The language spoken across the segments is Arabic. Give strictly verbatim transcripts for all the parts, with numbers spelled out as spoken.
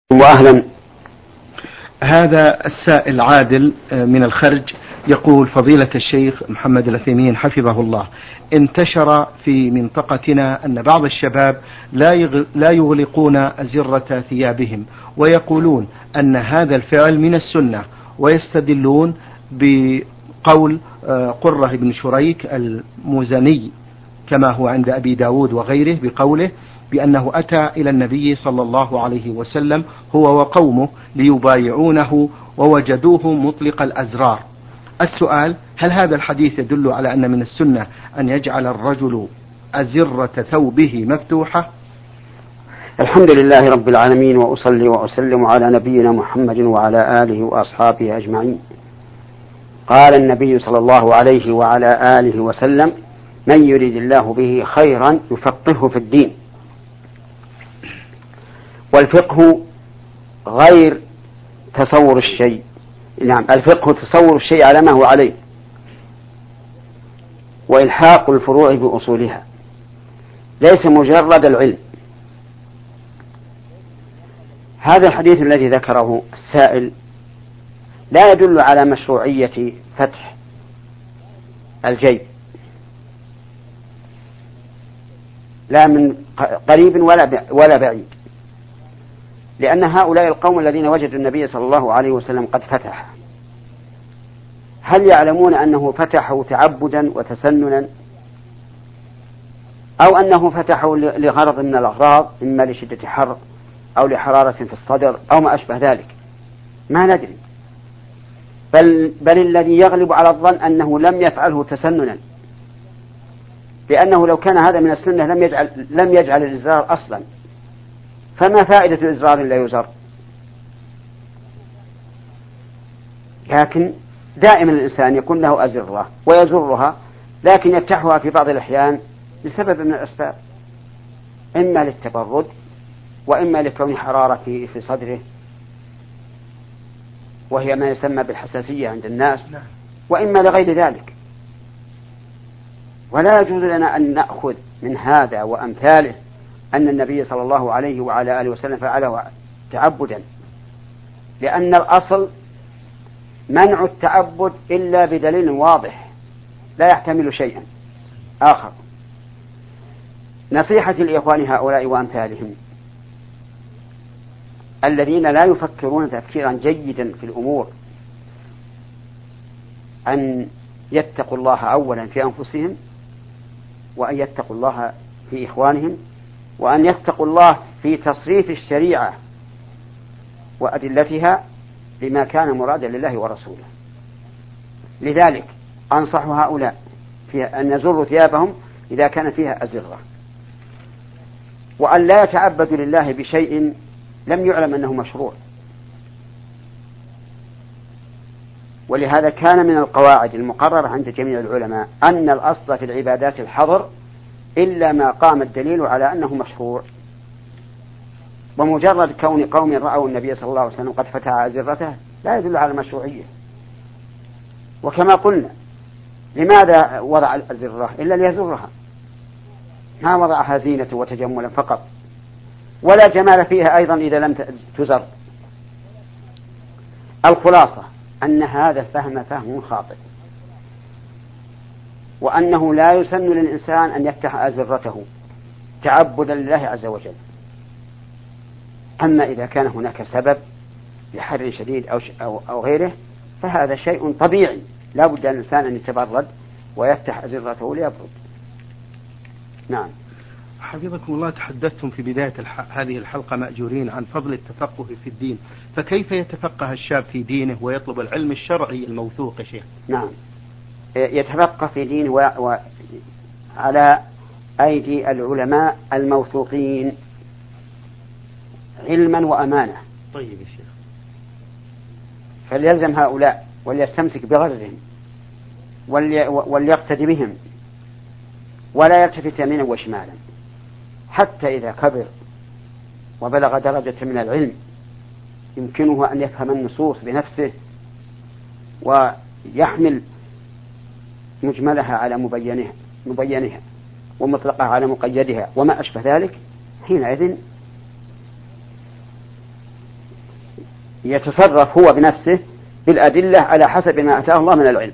وأهلا. هذا السائل عادل من الخرج يقول: فضيلة الشيخ محمد العثيمين حفظه الله، انتشر في منطقتنا أن بعض الشباب لا يغلقون أزرة ثيابهم، ويقولون أن هذا الفعل من السنة، ويستدلون بقول قرة بن شريك المزني كما هو عند أبي داود وغيره بقوله بأنه أتى إلى النبي صلى الله عليه وسلم هو وقومه ليبايعونه ووجدوه مطلق الأزرار. السؤال: هل هذا الحديث يدل على أن من السنة أن يجعل الرجل أزرة ثوبه مفتوحة؟ الحمد لله رب العالمين، وأصلي وأسلم على نبينا محمد وعلى آله وأصحابه أجمعين. قال النبي صلى الله عليه وعلى آله وسلم: من يريد الله به خيرا يفقهه في الدين. والفقه غير تصور الشيء، نعم الفقه تصور الشيء على ما هو عليه، وإلحاق الفروع بأصولها، ليس مجرد العلم. هذا الحديث الذي ذكره السائل لا يدل على مشروعية فتح الجيب، لا من قريب ولا بعيد، لأن هؤلاء القوم الذين وجدوا النبي صلى الله عليه وسلم قد فتح، هل يعلمون أنه فتحه تعبدا وتسننا، أو أنه فتحه لغرض من الأغراض، إما لشدة حر أو لحرارة في الصدر أو ما أشبه ذلك؟ ما ندري. بل, بل الذي يغلب على الظن أنه لم يفعله تسننا، لأنه لو كان هذا من السنة لم يجعل, لم يجعل الإزرار أصلا، فما فائدة إزرار لا يزر؟ لكن دائما الإنسان يكون له أزرة ويزرها، لكن يفتحها في بعض الأحيان لسبب من الأسباب، إما للتبرد، وإما لكون حرارة في صدره وهي ما يسمى بالحساسية عند الناس، وإما لغير ذلك. ولا يجوز لنا أن نأخذ من هذا وأمثاله أن النبي صلى الله عليه وعلى آله وسلم فعله تعبدا، لأن الأصل منع التعبد إلا بدليل واضح لا يحتمل شيئا آخر. نصيحتي لإخوان هؤلاء وأمثالهم الذين لا يفكرون تفكيرا جيدا في الأمور أن يتقوا الله أولا في أنفسهم، وأن يتقوا الله في إخوانهم، وأن يتقوا الله في تصريف الشريعة وأدلتها لما كان مرادا لله ورسوله. لذلك أنصح هؤلاء في أن يزروا ثيابهم إذا كان فيها أزرة، وأن لا يتعبدوا لله بشيء لم يعلم أنه مشروع. ولهذا كان من القواعد المقررة عند جميع العلماء أن الأصل في العبادات الحظر إلا ما قام الدليل على أنه مشروع. ومجرد كون قوم رأوا النبي صلى الله عليه وسلم قد فتح أزرته لا يدل على المشروعية. وكما قلنا، لماذا وضع الأزرة إلا ليزرها؟ ما وضعها زينة وتجملا فقط، ولا جمال فيها أيضا إذا لم تزر. الخلاصة أن هذا الفهم فهم خاطئ، وأنه لا يسن للإنسان أن يفتح أزرته تعبدا لله عز وجل. أما إذا كان هناك سبب لحر شديد أو, أو, أو غيره فهذا شيء طبيعي، لا بد الإنسان أن يتبرد ويفتح أزرته ليبرد. نعم. حفظكم الله، تحدثتم في بداية الح... هذه الحلقة مأجورين عن فضل التفقه في الدين، فكيف يتفقه الشاب في دينه ويطلب العلم الشرعي الموثوق يا شيخ؟ نعم، يتفقه في دينه و... و... على أيدي العلماء الموثوقين علما وأمانة. طيب يا شيخ. فليلزم هؤلاء وليستمسك بغرضهم ولي... وليقتدي بهم، ولا يلتفت يمينا وشمالا، حتى إذا كبر وبلغ درجة من العلم يمكنه أن يفهم النصوص بنفسه ويحمل مجملها على مبينها, مبينها ومطلقها على مقيدها وما أشبه ذلك، حينئذ يتصرف هو بنفسه بالأدلة على حسب ما أتاه الله من العلم.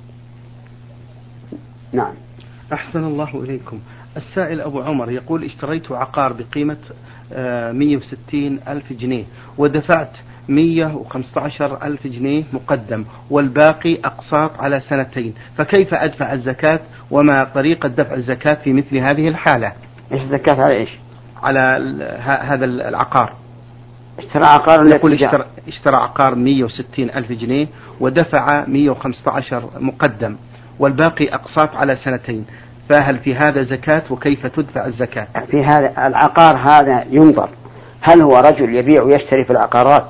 نعم. أحسن الله إليكم. السائل أبو عمر يقول اشتريت عقار بقيمة مئة وستين ألف جنيه ودفعت مئة وخمسة عشر ألف جنيه مقدم والباقي أقساط على سنتين، فكيف أدفع الزكاة وما طريقة دفع الزكاة في مثل هذه الحالة؟ إيش الزكاة على إيش؟ على هذا العقار. اشترى عقار يقول اشترى, اشترى عقار مئة وستين ألف جنيه ودفع مئة وخمسة عشر مقدم والباقي أقساط على سنتين، فهل في هذا زكاة وكيف تدفع الزكاة؟ في هذا العقار هذا ينظر هل هو رجل يبيع ويشتري في العقارات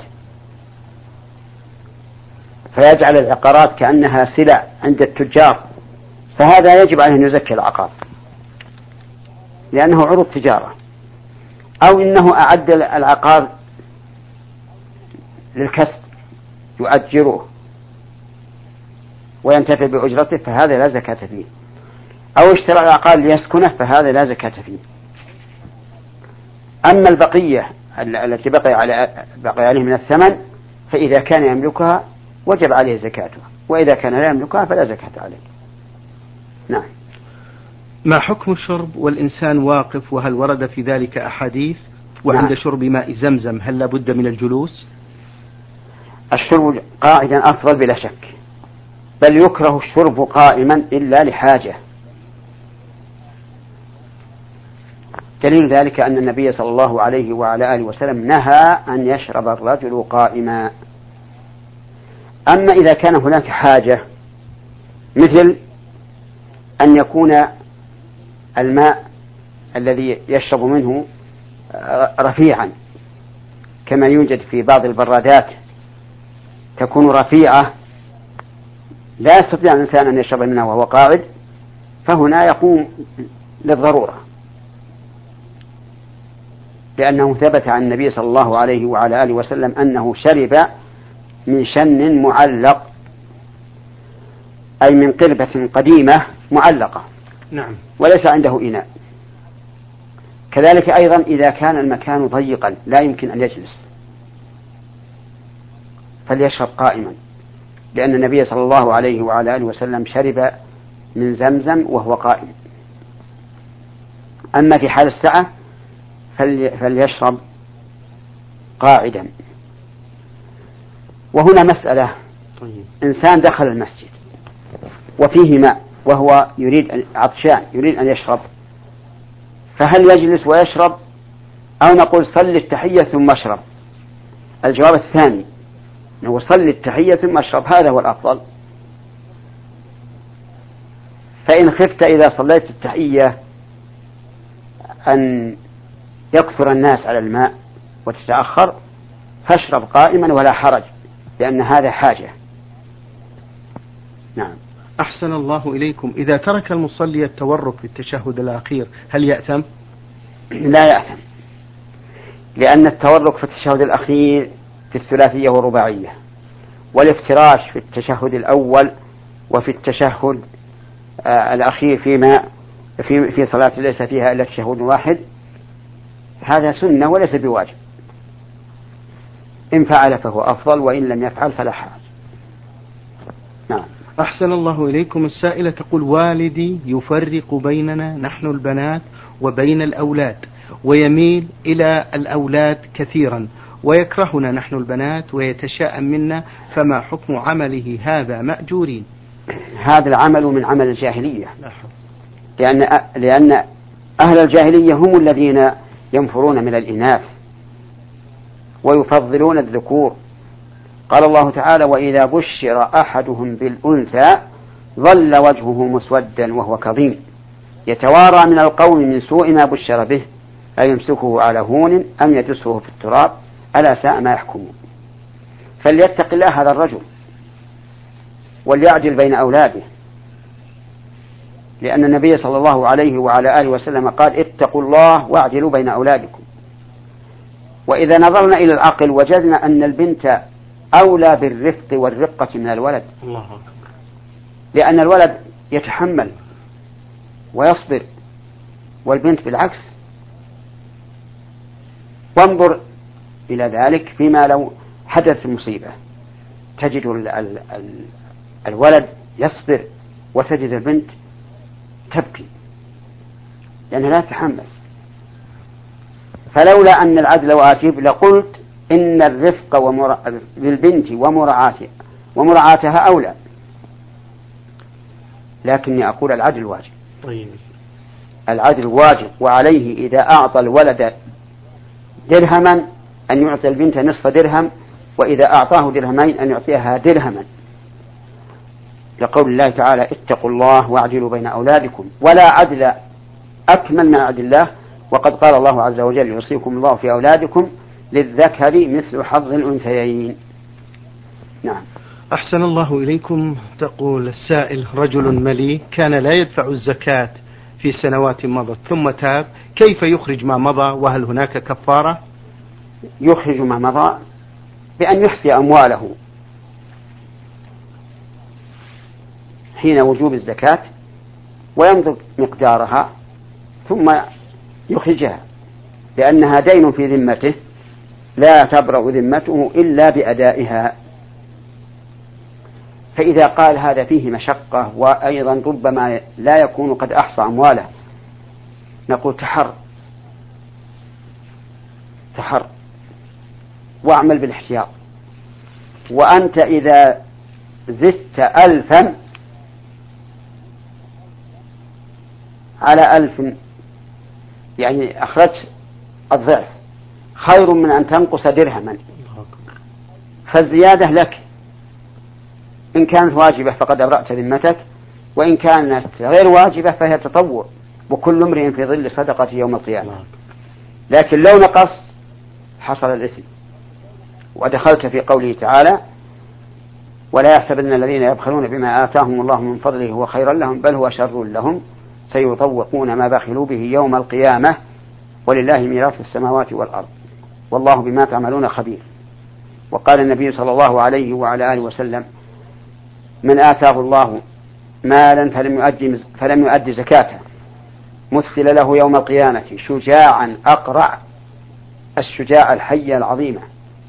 فيجعل العقارات كأنها سلع عند التجار، فهذا يجب عليه أن يزكي العقار لأنه عروض تجارة، أو إنه أعد العقار للكسب يؤجره وينتفع بأجرته فهذا لا زكاة فيه، أو اشترى العقار ليسكنه فهذا لا زكاة فيه. أما البقية التي بقي على بقي عليه من الثمن فإذا كان يملكها وجب عليه زكاتها، وإذا كان لا يملكها فلا زكاة عليه. نعم. ما حكم الشرب والإنسان واقف وهل ورد في ذلك أحاديث؟ وعند نعم. شرب ماء زمزم هل لابد من الجلوس؟ الشرب قاعدا أفضل بلا شك، بل يكره الشرب قائما إلا لحاجة. دليل ذلك أن النبي صلى الله عليه وعلى آله وسلم نهى أن يشرب الرجل قائما. أما إذا كان هناك حاجة مثل أن يكون الماء الذي يشرب منه رفيعا كما يوجد في بعض البرادات تكون رفيعة لا يستطيع الإنسان أن يشرب منها وهو قاعد، فهنا يقوم للضرورة، لأنه ثبت عن النبي صلى الله عليه وعلى آله وسلم أنه شرب من شن معلق، أي من قربة قديمة معلقة نعم. وليس عنده إناء. كذلك أيضا إذا كان المكان ضيقا لا يمكن أن يجلس فليشرب قائما، لأن النبي صلى الله عليه وعلى آله وسلم شرب من زمزم وهو قائم. أما في حال السعة فليشرب قاعدا. وهنا مسألة، إنسان دخل المسجد وفيه ماء وهو يريد عطشان يريد أن يشرب، فهل يجلس ويشرب أو نقول صل التحية ثم اشرب؟ الجواب الثاني، نقول صل التحية ثم اشرب، هذا هو الأفضل. فإن خفت إذا صليت التحية أن يكثر الناس على الماء وتتأخر فاشرب قائما ولا حرج، لأن هذا حاجة. نعم. أحسن الله إليكم. إذا ترك المصلي التورك في التشهد الأخير هل يأثم؟ لا يأثم، لأن التورك في التشهد الأخير في الثلاثية والرباعية، والافتراش في التشهد الأول وفي التشهد آه الأخير فيما في في صلاة ليس فيها إلا تشهد واحد، هذا سنة وليس بواجب. إن فعل فهو أفضل، وإن لم يفعل فلا حرج. نعم. أحسن الله إليكم. السائلة تقول والدي يفرق بيننا نحن البنات وبين الأولاد، ويميل إلى الأولاد كثيرا ويكرهنا نحن البنات ويتشاءم منا، فما حكم عمله هذا مأجورين؟ هذا العمل من عمل الجاهلية، لأن لأن أهل الجاهلية هم الذين ينفرون من الإناث ويفضلون الذكور. قال الله تعالى: وإذا بشر أحدهم بالأنثى ظل وجهه مسودا وهو كظيم يتوارى من القوم من سوء ما بشر به أيمسكه على هون أم يدسه في التراب ألا ساء ما يحكمون. فليتق الله هذا الرجل وليعدل بين أولاده، لأن النبي صلى الله عليه وعلى آله وسلم قال: اتقوا الله واعدلوا بين أولادكم. وإذا نظرنا إلى العقل وجدنا أن البنت أولى بالرفق والرقة من الولد، الله أكبر، لأن الولد يتحمل ويصبر والبنت بالعكس. وانظر إلى ذلك فيما لو حدث مصيبة تجد ال ال ال الولد يصبر وتجد البنت تبكي لأنها لا تتحمل. فلولا أن العدل واجب لقلت إن الرفق ومر... بالبنت ومراعاتها ومراعاتها أولى، لكني أقول العدل واجب. طيب. العدل واجب، وعليه إذا أعطى الولد درهما أن يعطي البنت نصف درهم، وإذا أعطاه درهمين أن يعطيها درهما، لقول الله تعالى اتقوا الله واعدلوا بين أولادكم، ولا عدل أكمل من عدل الله. وقد قال الله عز وجل يوصيكم الله في أولادكم للذكر مثل حظ الأنثيين. نعم. أحسن الله إليكم. تقول السائل: رجل ملي كان لا يدفع الزكاة في سنوات مضت ثم تاب، كيف يخرج ما مضى وهل هناك كفارة؟ يخرج ما مضى بأن يحصي أمواله حين وجوب الزكاة ويمضي مقدارها ثم يخرجها، لأنها دين في ذمته لا تبرأ ذمته إلا بأدائها. فإذا قال هذا فيه مشقة وأيضا ربما لا يكون قد أحصى أمواله، نقول تحر تحر واعمل بالاحتياط. وأنت إذا زدت ألفا على ألف يعني أخرجت الضعف خير من أن تنقص درهما، فالزيادة لك إن كانت واجبة فقد أبرأت ذمتك، وإن كانت غير واجبة فهي تطوع، وكل امرئ في ظل صدقة يوم القيامة. لكن لو نقص حصل الإثم، ودخلت في قوله تعالى ولا يحسبن الذين يبخلون بما آتاهم الله من فضله هو خيرا لهم بل هو شر لهم سيطوقون ما بخلوا به يوم القيامة ولله ميراث السماوات والأرض والله بما تعملون خبير. وقال النبي صلى الله عليه وعلى آله وسلم من آتاه الله مالا فلم يؤدي, فلم يؤدي زكاته مثل له يوم القيامة شجاعا أقرع، الشجاع الحية العظيمة،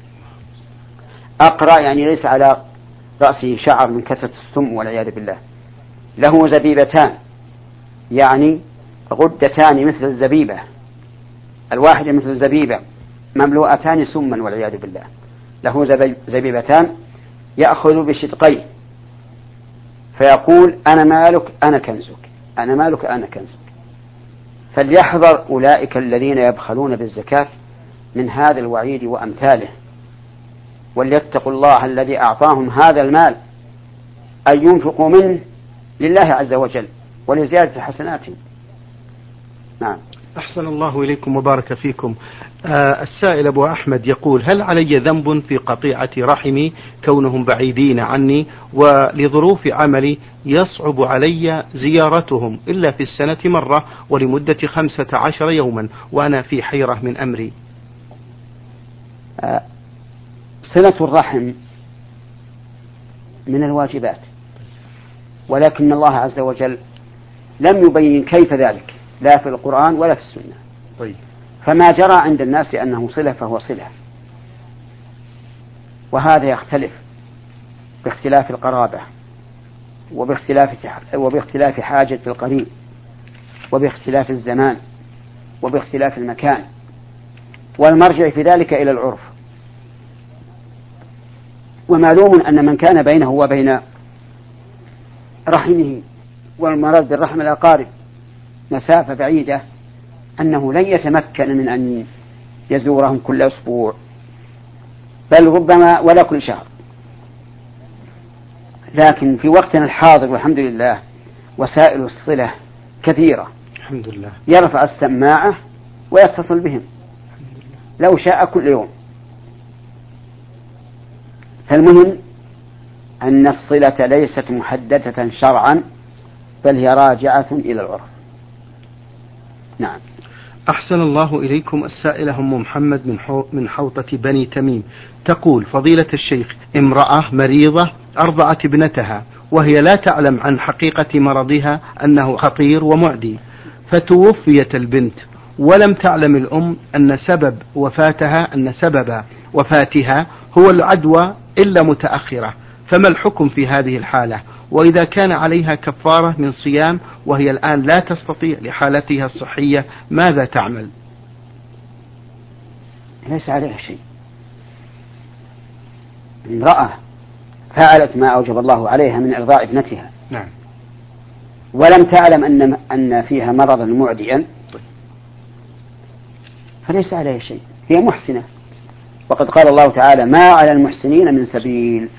أقرع يعني ليس على رأسه شعر من كثرة السم والعياذ بالله، له زبيبتان يعني غدتان مثل الزبيبة الواحدة مثل الزبيبة مملوءتان سما والعياذ بالله، له زبيبتان يأخذ بشدقيه فيقول أنا مالك أنا كنزك أنا مالك أنا كنزك. فليحذر أولئك الذين يبخلون بالزكاة من هذا الوعيد وأمثاله، وليتقوا الله الذي أعطاهم هذا المال أن ينفقوا منه لله عز وجل ولزيادة حسناتهم. نعم. أحسن الله إليكم وبارك فيكم. آه السائل أبو أحمد يقول هل علي ذنب في قطيعة رحمي كونهم بعيدين عني ولظروف عملي يصعب علي زيارتهم إلا في السنة مرة ولمدة خمسة عشر يوما وأنا في حيرة من أمري؟ آه صلة الرحم من الواجبات، ولكن الله عز وجل لم يبين كيف ذلك لا في القرآن ولا في السنة. طيب. فما جرى عند الناس أنه صلة فهو صلة، وهذا يختلف باختلاف القرابة وباختلاف وباختلاف حاجة القريب وباختلاف الزمان وباختلاف المكان، والمرجع في ذلك إلى العرف. ومعلوم أن من كان بينه وبين رحمه والمرض بالرحم الأقارب مسافة بعيدة أنه لن يتمكن من أن يزورهم كل أسبوع بل ربما ولا كل شهر. لكن في وقتنا الحاضر والحمد لله وسائل الصلة كثيرة، الحمد لله، يرفع السماعة ويتصل بهم لو شاء كل يوم. فالمهم أن الصلة ليست محددة شرعا بل هي راجعة إلى العرف. نعم. أحسن الله إليكم. السائلة أم محمد من من حوطة بني تميم تقول فضيلة الشيخ امرأة مريضة أرضعت ابنتها وهي لا تعلم عن حقيقة مرضها أنه خطير ومعدي، فتوفيت البنت ولم تعلم الأم أن سبب وفاتها أن سبب وفاتها هو العدوى إلا متأخرة، فما الحكم في هذه الحالة؟ وإذا كان عليها كفارة من صيام وهي الآن لا تستطيع لحالتها الصحية ماذا تعمل؟ ليس عليها شيء. امرأة فعلت ما أوجب الله عليها من إرضاع ابنتها، نعم، ولم تعلم أن أن فيها مرضا معديا، فليس عليها شيء، هي محسنة، وقد قال الله تعالى: ما على المحسنين من سبيل.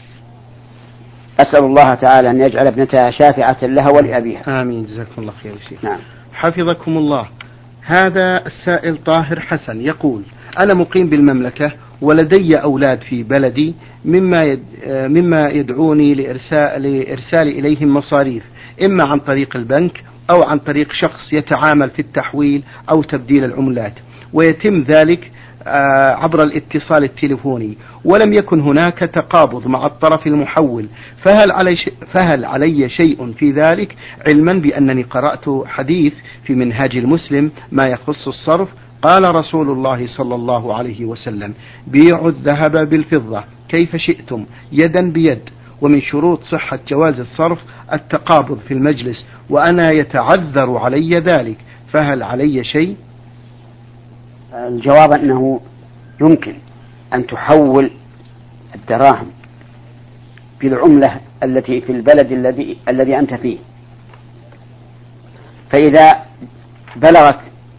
أسأل الله تعالى أن يجعل ابنتها شافعة لها ولأبيها. آمين، جزاكم الله خير شيخ. نعم. حفظكم الله. هذا السائل طاهر حسن يقول: أنا مقيم بالمملكة ولدي أولاد في بلدي، مما مما يدعوني لإرسال, لإرسال إليهم مصاريف، إما عن طريق البنك أو عن طريق شخص يتعامل في التحويل أو تبديل العملات، ويتم ذلك عبر الاتصال التليفوني، ولم يكن هناك تقابض مع الطرف المحول، فهل علي, فهل علي شيء في ذلك، علما بأنني قرأت حديث في منهاج المسلم ما يخص الصرف، قال رسول الله صلى الله عليه وسلم: بيعوا الذهب بالفضة كيف شئتم يدا بيد، ومن شروط صحة جواز الصرف التقابض في المجلس، وأنا يتعذر علي ذلك، فهل علي شيء؟ الجواب أنه يمكن أن تحول الدراهم بالعملة التي في البلد الذي الذي أنت فيه، فإذا بلغت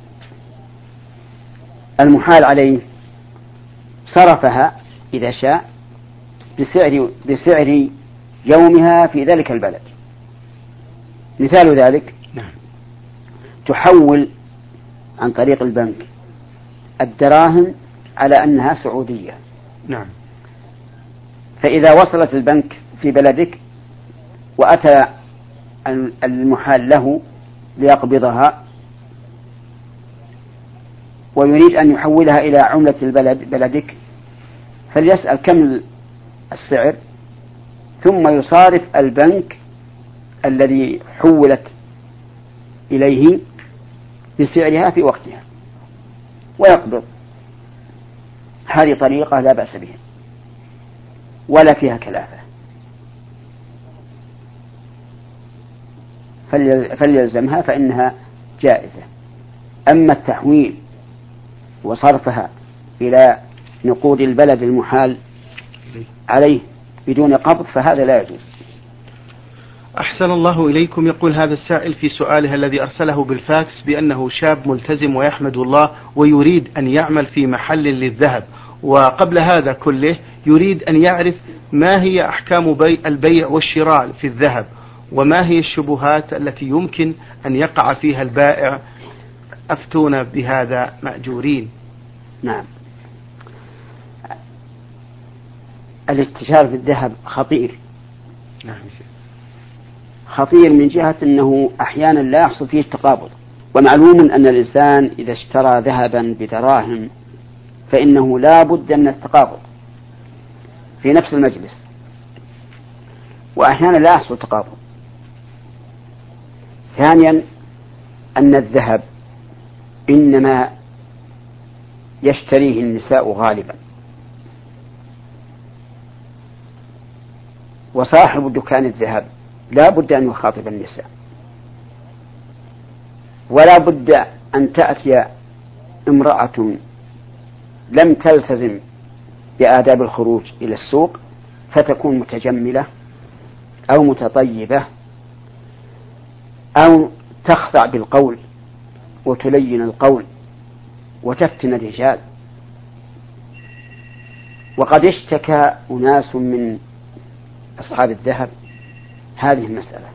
المحال عليه صرفها إذا شاء بسعر بسعر يومها في ذلك البلد. مثال ذلك: نعم، تحول عن طريق البنك الدراهم على أنها سعودية، نعم، فإذا وصلت البنك في بلدك وأتى المحال له ليقبضها ويريد أن يحولها إلى عملة البلد بلدك، فليسأل كم السعر، ثم يصارف البنك الذي حولت إليه بسعرها في وقتها ويقبض. هذه طريقة لا بأس بها ولا فيها كلافة، فليلزمها فإنها جائزة. أما التحويل وصرفها إلى نقود البلد المحال عليه بدون قبض فهذا لا يجوز. أحسن الله إليكم. يقول هذا السائل في سؤاله الذي أرسله بالفاكس بأنه شاب ملتزم ويحمد الله ويريد أن يعمل في محل للذهب، وقبل هذا كله يريد أن يعرف ما هي أحكام بيع البيع والشراء في الذهب، وما هي الشبهات التي يمكن أن يقع فيها البائع، أفتونا بهذا مأجورين. نعم، الاستشارة في الذهب خطير. نعم، خطير من جهة أنه أحيانا لا يحصل فيه التقابض، ومعلوم أن الإنسان إذا اشترى ذهبا بدراهم فإنه لا بد من التقابض في نفس المجلس، وأحيانا لا يحصل تقابض. ثانيا أن الذهب إنما يشتريه النساء غالبا، وصاحب دكان الذهب لا بد أن يخاطب النساء، ولا بد أن تأتي امرأة لم تلتزم بآداب الخروج إلى السوق فتكون متجملة أو متطيبة أو تخضع بالقول وتلين القول وتفتن الرجال. وقد اشتكى أناس من أصحاب الذهب هذه المسألة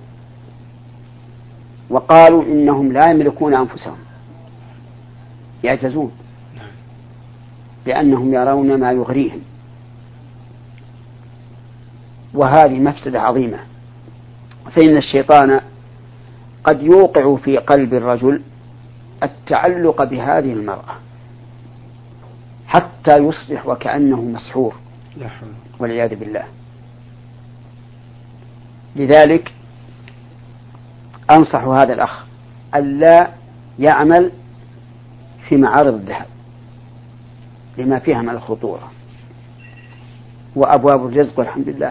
وقالوا إنهم لا يملكون أنفسهم، يعجزون لأنهم يرون ما يغريهم، وهذه مفسدة عظيمة. فإن الشيطان قد يوقع في قلب الرجل التعلق بهذه المرأة حتى يصبح وكأنه مسحور والعياذ بالله. لذلك أنصح هذا الأخ ألا يعمل في معارض الذهب لما فيها من الخطورة. وأبواب الرزق والحمد لله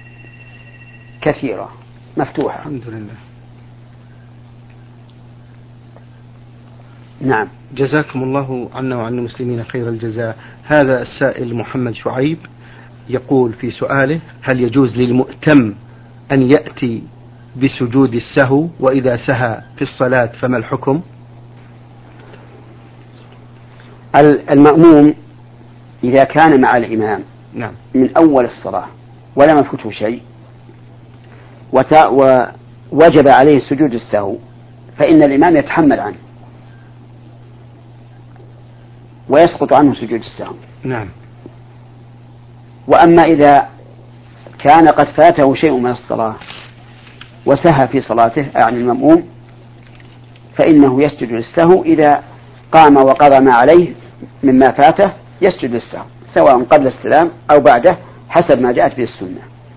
كثيرة مفتوحة الحمد لله. نعم. جزاكم الله عنا وعن المسلمين خير الجزاء. هذا السائل محمد شعيب يقول في سؤاله: هل يجوز للمؤتم أن يأتي بسجود السهو، وإذا سهى في الصلاة فما الحكم؟ المأموم إذا كان مع الإمام نعم. من أول الصلاة ولم يفته شيء ووجب عليه سجود السهو فإن الإمام يتحمل عنه ويسقط عنه سجود السهو. نعم. وأما إذا كان قد فاته شيء من الصلاة وسهى في صلاته يعني المأموم فإنه يسجد للسهو، إذا قام وقضى ما عليه مما فاته يسجد للسهو سواء قبل السلام أو بعده حسب ما جاءت به السنة.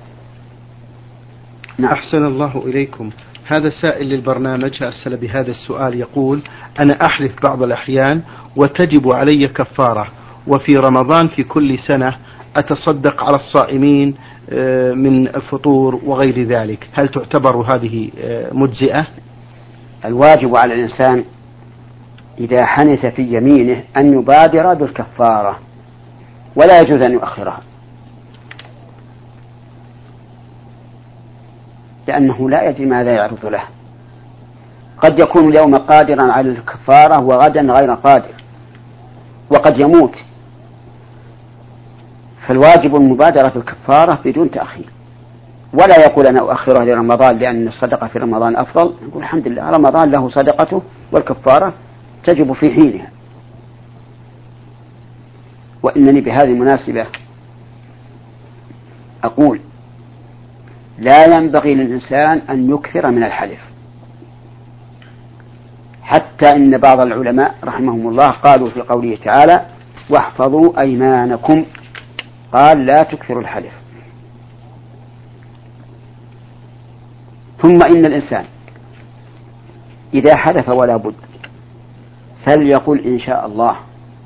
نعم. أحسن الله إليكم. هذا سائل للبرنامج أرسل بهذا السؤال يقول: أنا أحلف بعض الأحيان وتجب علي كفارة، وفي رمضان في كل سنة أتصدق على الصائمين من الفطور وغير ذلك، هل تعتبر هذه مجزئة؟ الواجب على الإنسان إذا حنث في يمينه أن يبادر بالكفارة ولا يجوز أن يؤخرها، لأنه لا يدري ماذا يعرض له. قد يكون اليوم قادرا على الكفارة وغدا غير قادر وقد يموت، فالواجب المبادرة بالكفارة بدون تأخير، ولا يقول أنا أؤخرها لرمضان لأن الصدقة في رمضان أفضل. يقول الحمد لله رمضان له صدقته والكفارة تجب في حينها. وإنني بهذه المناسبة أقول لا ينبغي للإنسان أن يكثر من الحلف، حتى إن بعض العلماء رحمهم الله قالوا في قوله تعالى: واحفظوا أيمانكم، قال لا تكثروا الحلف. ثم إن الإنسان إذا حلف ولا بد فليقل إن شاء الله،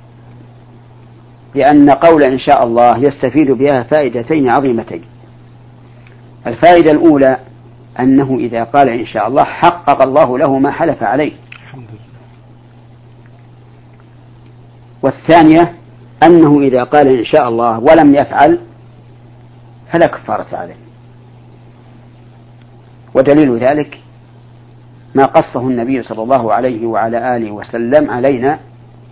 لأن قول إن شاء الله يستفيد بها فائدتين عظيمتين. الفائدة الأولى أنه إذا قال إن شاء الله حقق الله له ما حلف عليه، والثانية أنه إذا قال إن شاء الله ولم يفعل فلا كفارة عليه. ودليل ذلك ما قصه النبي صلى الله عليه وعلى آله وسلم علينا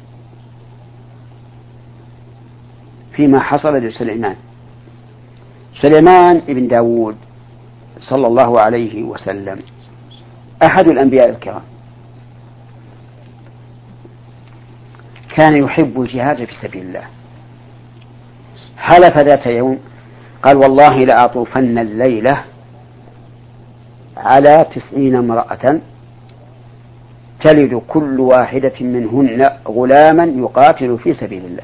فيما حصل لسليمان. سليمان ابن داود صلى الله عليه وسلم أحد الأنبياء الكرام، كان يحب الجهاد في سبيل الله. حلف ذات يوم قال: والله لأطوفن الليلة على تسعين امرأة تلد كل واحدة منهن غلاما يقاتل في سبيل الله.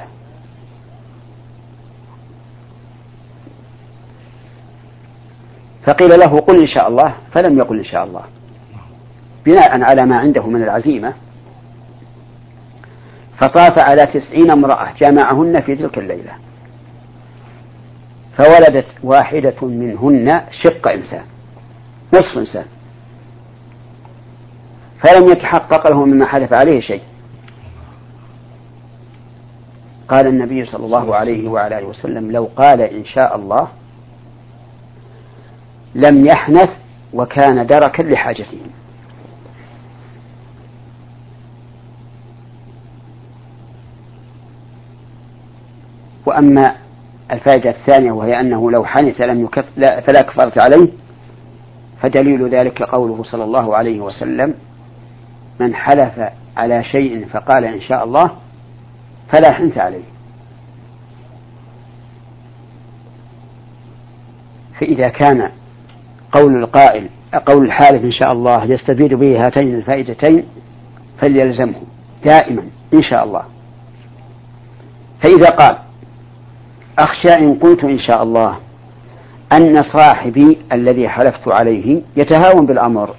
فقيل له: قل إن شاء الله، فلم يقل إن شاء الله بناء على ما عنده من العزيمة، فطاف على تسعين امرأة جمعهن في تلك الليلة، فولدت واحدة منهن شق إنسان، نصف إنسان، فلم يتحقق له مما حلف عليه شيء. قال النبي صلى الله عليه وعلى آله وسلم: لو قال إن شاء الله لم يحنث وكان دركا لحاجته. وأما الفائدة الثانية وهي أنه لو حنث لم يكف فلا كفارة عليه، فدليل ذلك قوله صلى الله عليه وسلم: من حلف على شيء فقال إن شاء الله فلا حنث عليه. فإذا كان قول القائل قول الحالف إن شاء الله يستفيد به هاتين الفائدتين فليلزمه دائما إن شاء الله. فإذا قال: أخشى إن قلت إن شاء الله أن صاحبي الذي حلفت عليه يتهاون بالأمر،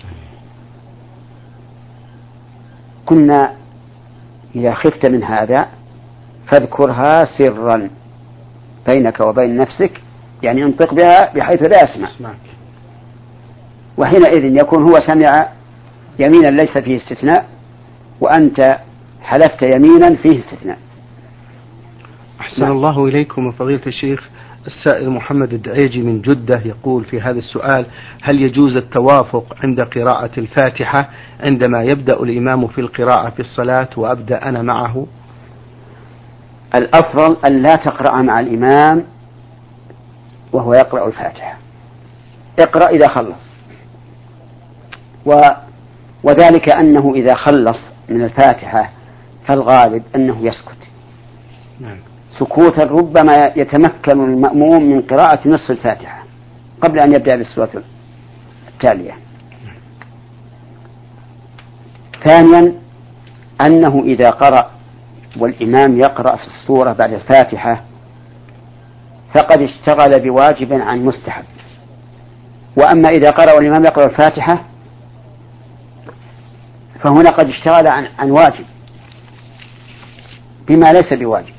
كنا إذا خفت من هذا فاذكرها سرا بينك وبين نفسك، يعني انطق بها بحيث لا يسمع، وحينئذ يكون هو سمع يمينا ليس فيه استثناء، وأنت حلفت يمينا فيه استثناء. أحسن نعم. الله إليكم فضيلة الشيخ. السائل محمد الدعيجي من جدة يقول في هذا السؤال: هل يجوز التوافق عند قراءة الفاتحة عندما يبدأ الإمام في القراءة في الصلاة وأبدأ أنا معه؟ الأفضل أن لا تقرأ مع الإمام وهو يقرأ الفاتحة، اقرأ إذا خلص، و وذلك أنه إذا خلص من الفاتحة فالغالب أنه يسكت نعم. سكوتا ربما يتمكن المأموم من قراءة نصف الفاتحة قبل أن يبدأ بالسورة التالية. ثانيا أنه إذا قرأ والإمام يقرأ في السورة بعد الفاتحة فقد اشتغل بواجب عن مستحب، وأما إذا قرأ والإمام يقرأ الفاتحة فهنا قد اشتغل عن, عن واجب بما ليس بواجب.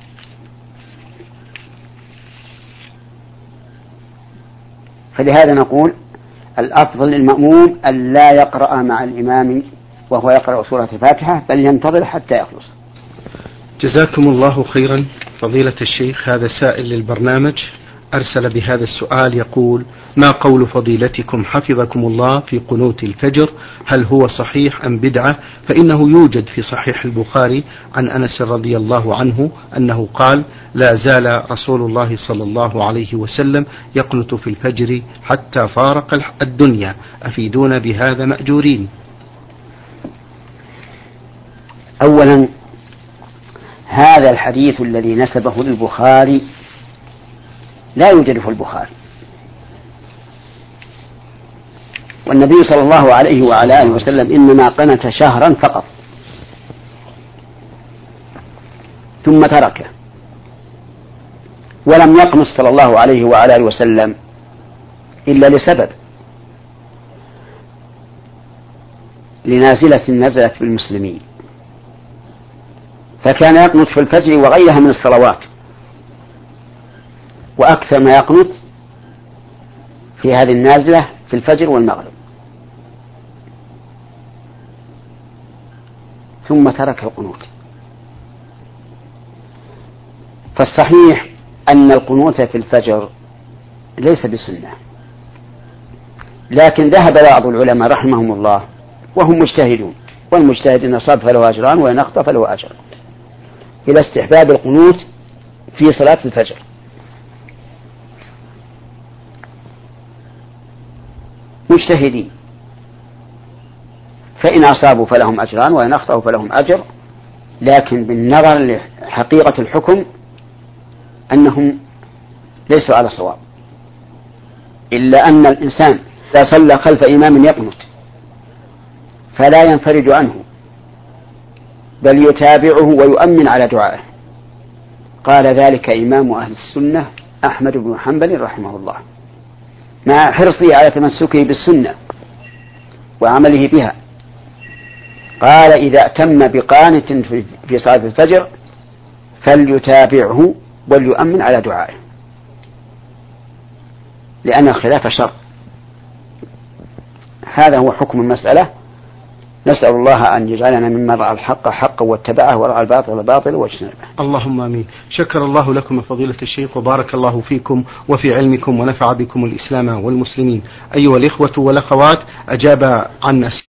فلهذا نقول الأفضل للمأموم أن لا يقرأ مع الإمام وهو يقرأ سورة الفاتحة، بل ينتظر حتى يخلص. جزاكم الله خيرا فضيلة الشيخ. هذا سائل للبرنامج أرسل بهذا السؤال يقول: ما قول فضيلتكم حفظكم الله في قنوت الفجر؟ هل هو صحيح أم بدعة؟ فإنه يوجد في صحيح البخاري عن أنس رضي الله عنه أنه قال: لا زال رسول الله صلى الله عليه وسلم يقنت في الفجر حتى فارق الدنيا، أفيدونا بهذا مأجورين. أولا هذا الحديث الذي نسبه للبخاري لا يوجد في البخاري، والنبي صلى الله عليه وعلى آله وسلم إنما قنت شهرا فقط ثم تركه، ولم يقنت صلى الله عليه وعلى آله وسلم إلا لسبب، لنازلة نزلت بالمسلمين، فكان يقنت في الفجر وغيرها من الصلوات، وأكثر ما يقنت في هذه النازلة في الفجر والمغرب، ثم ترك القنوت. فالصحيح أن القنوت في الفجر ليس بسنة، لكن ذهب بعض العلماء رحمهم الله وهم مجتهدون، والمجتهد إن أصاب فله أجران وإن أخطأ فله أجر، إلى استحباب القنوت في صلاة الفجر. مجتهدين، فإن أصابوا فلهم أجران وإن أخطأوا فلهم أجر، لكن بالنظر لحقيقة الحكم أنهم ليسوا على صواب، إلا أن الإنسان إذا صلى خلف إمام يقنت فلا ينفرد عنه بل يتابعه ويؤمن على دعائه. قال ذلك إمام أهل السنة أحمد بن حنبل رحمه الله مع حرصه على تمسكه بالسنة وعمله بها. قال: إذا أتم بقانت في صلاة الفجر فليتابعه وليؤمن على دعائه، لأن الخلاف شر. هذا هو حكم المسألة. نسأل الله أن يجعلنا ممن رأى الحق حقا واتبعه ورأى الباطل باطلا واجتنبه. اللهم آمين. شكر الله لكم فضيلة الشيخ وبارك الله فيكم وفي علمكم ونفع بكم الإسلام والمسلمين. أيها الإخوة والأخوات، أجاب عن